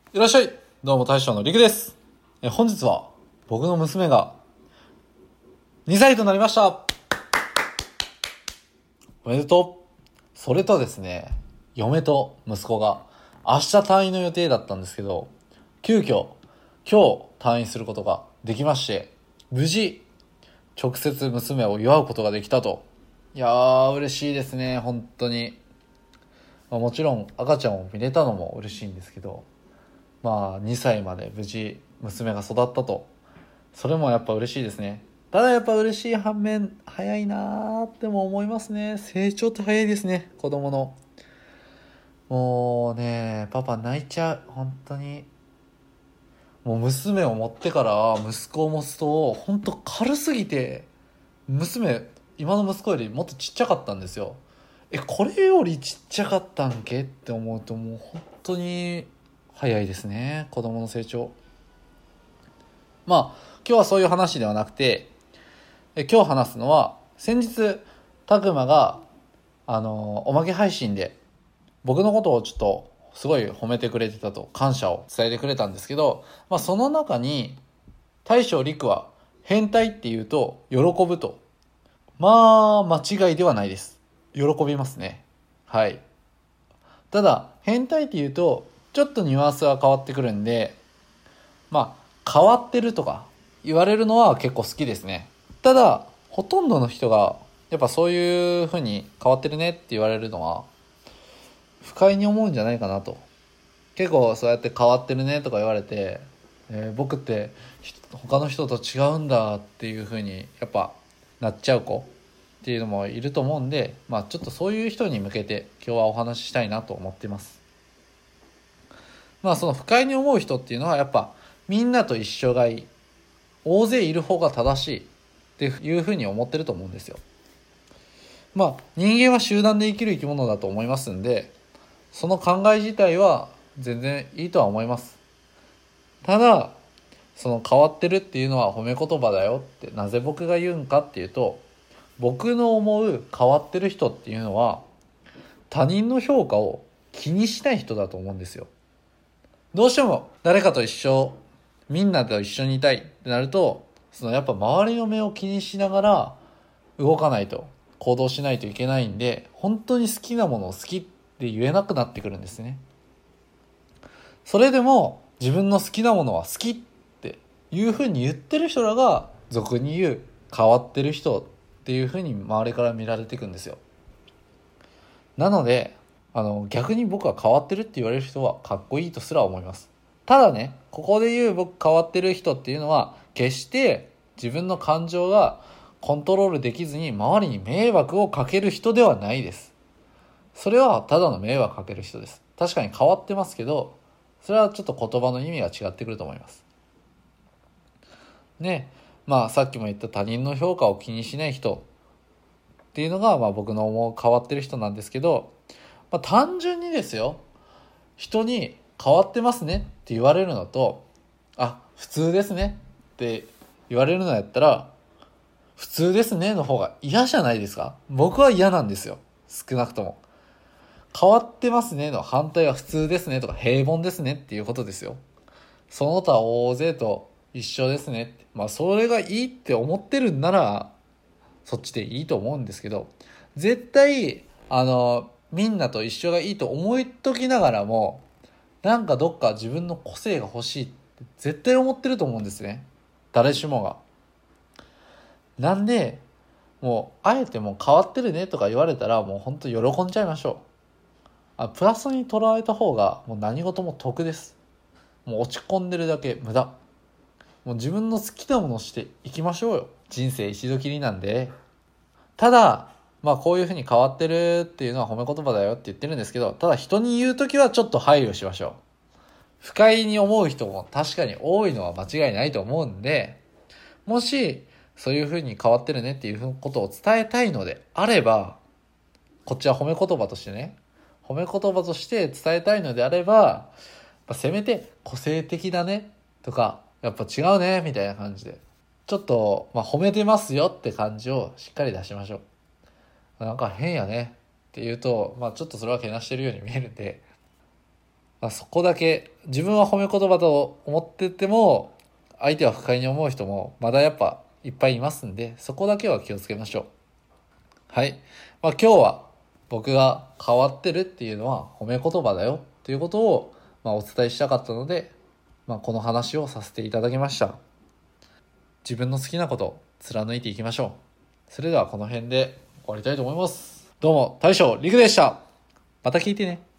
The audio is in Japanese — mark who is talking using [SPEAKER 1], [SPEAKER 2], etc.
[SPEAKER 1] いらっしゃい。どうも大将のりくです。本日は僕の娘が2歳となりました。おめでとう。それとですね、嫁と息子が明日退院の予定だったんですけど、急遽今日退院することができまして、無事直接娘を祝うことができたと。いやー嬉しいですね、本当に。もちろん赤ちゃんを見れたのも嬉しいんですけど、2歳まで無事娘が育ったと。それもやっぱ嬉しいですね。ただやっぱ嬉しい反面早いなーっても思いますね。成長って早いですね、子供の。もうね、パパ泣いちゃう、本当に。もう娘を持ってから息子を持つと本当軽すぎて、今の息子よりもっとちっちゃかったんですよ。これよりちっちゃかったんけって思うと、もう本当に早いですね、子供の成長。今日はそういう話ではなくて、今日話すのは、先日たくまがおまけ配信で僕のことをちょっとすごい褒めてくれてたと、感謝を伝えてくれたんですけど、その中に大将陸は変態って言うと喜ぶと。間違いではないです。喜びますね。はい。ただ変態って言うとちょっとニュアンスは変わってくるんで、変わってるとか言われるのは結構好きですね。ただほとんどの人がやっぱそういう風に変わってるねって言われるのは不快に思うんじゃないかなと。結構そうやって変わってるねとか言われて、僕って他の人と違うんだっていう風にやっぱなっちゃう子っていうのもいると思うんで、ちょっとそういう人に向けて今日はお話ししたいなと思っています。その不快に思う人っていうのはやっぱみんなと一緒がいい、大勢いる方が正しいっていうふうに思ってると思うんですよ。人間は集団で生きる生き物だと思いますんで、その考え自体は全然いいとは思います。ただその変わってるっていうのは褒め言葉だよってなぜ僕が言うんかっていうと、僕の思う変わってる人っていうのは他人の評価を気にしない人だと思うんですよ。どうしても誰かと一緒、みんなと一緒にいたいってなると、やっぱ周りの目を気にしながら動かないと、行動しないといけないんで、本当に好きなものを好きって言えなくなってくるんですね。それでも自分の好きなものは好きっていうふうに言ってる人らが俗に言う変わってる人っていうふうに周りから見られていくんですよ。なので逆に僕は変わってるって言われる人はかっこいいとすら思います。ただね、ここで言う僕変わってる人っていうのは決して自分の感情がコントロールできずに周りに迷惑をかける人ではないです。それはただの迷惑かける人です。確かに変わってますけど、それはちょっと言葉の意味が違ってくると思いますね。さっきも言った他人の評価を気にしない人っていうのが僕の思う変わってる人なんですけど、単純にですよ、人に変わってますねって言われるのと、普通ですねって言われるのやったら、普通ですねの方が嫌じゃないですか？僕は嫌なんですよ、少なくとも。変わってますねの反対は普通ですねとか平凡ですねっていうことですよ。その他大勢と一緒ですねって。それがいいって思ってるんならそっちでいいと思うんですけど、絶対みんなと一緒がいいと思いときながらも、なんかどっか自分の個性が欲しいって絶対思ってると思うんですね、誰しもが。なんでもうあえてもう変わってるねとか言われたら、もう本当喜んじゃいましょう。プラスに捉えた方がもう何事も得です。もう落ち込んでるだけ無駄。もう自分の好きなものをしていきましょうよ。人生一度きりなんで。ただこういうふうに変わってるっていうのは褒め言葉だよって言ってるんですけど、ただ人に言うときはちょっと配慮しましょう。不快に思う人も確かに多いのは間違いないと思うんで、もしそういうふうに変わってるねっていうことを伝えたいのであれば、こっちは褒め言葉としてね、褒め言葉として伝えたいのであれば、せめて個性的だねとか、やっぱ違うねみたいな感じで、ちょっと褒めてますよって感じをしっかり出しましょう。なんか変やねって言うと、ちょっとそれはけなしてるように見えるんで、 そこだけ自分は褒め言葉と思ってても相手は不快に思う人もまだやっぱいっぱいいますんで、そこだけは気をつけましょう。はい。今日は僕が変わってるっていうのは褒め言葉だよということをお伝えしたかったので、この話をさせていただきました。自分の好きなことを貫いていきましょう。それではこの辺で終わりたいと思います。どうも大将陸でした。また聞いてね。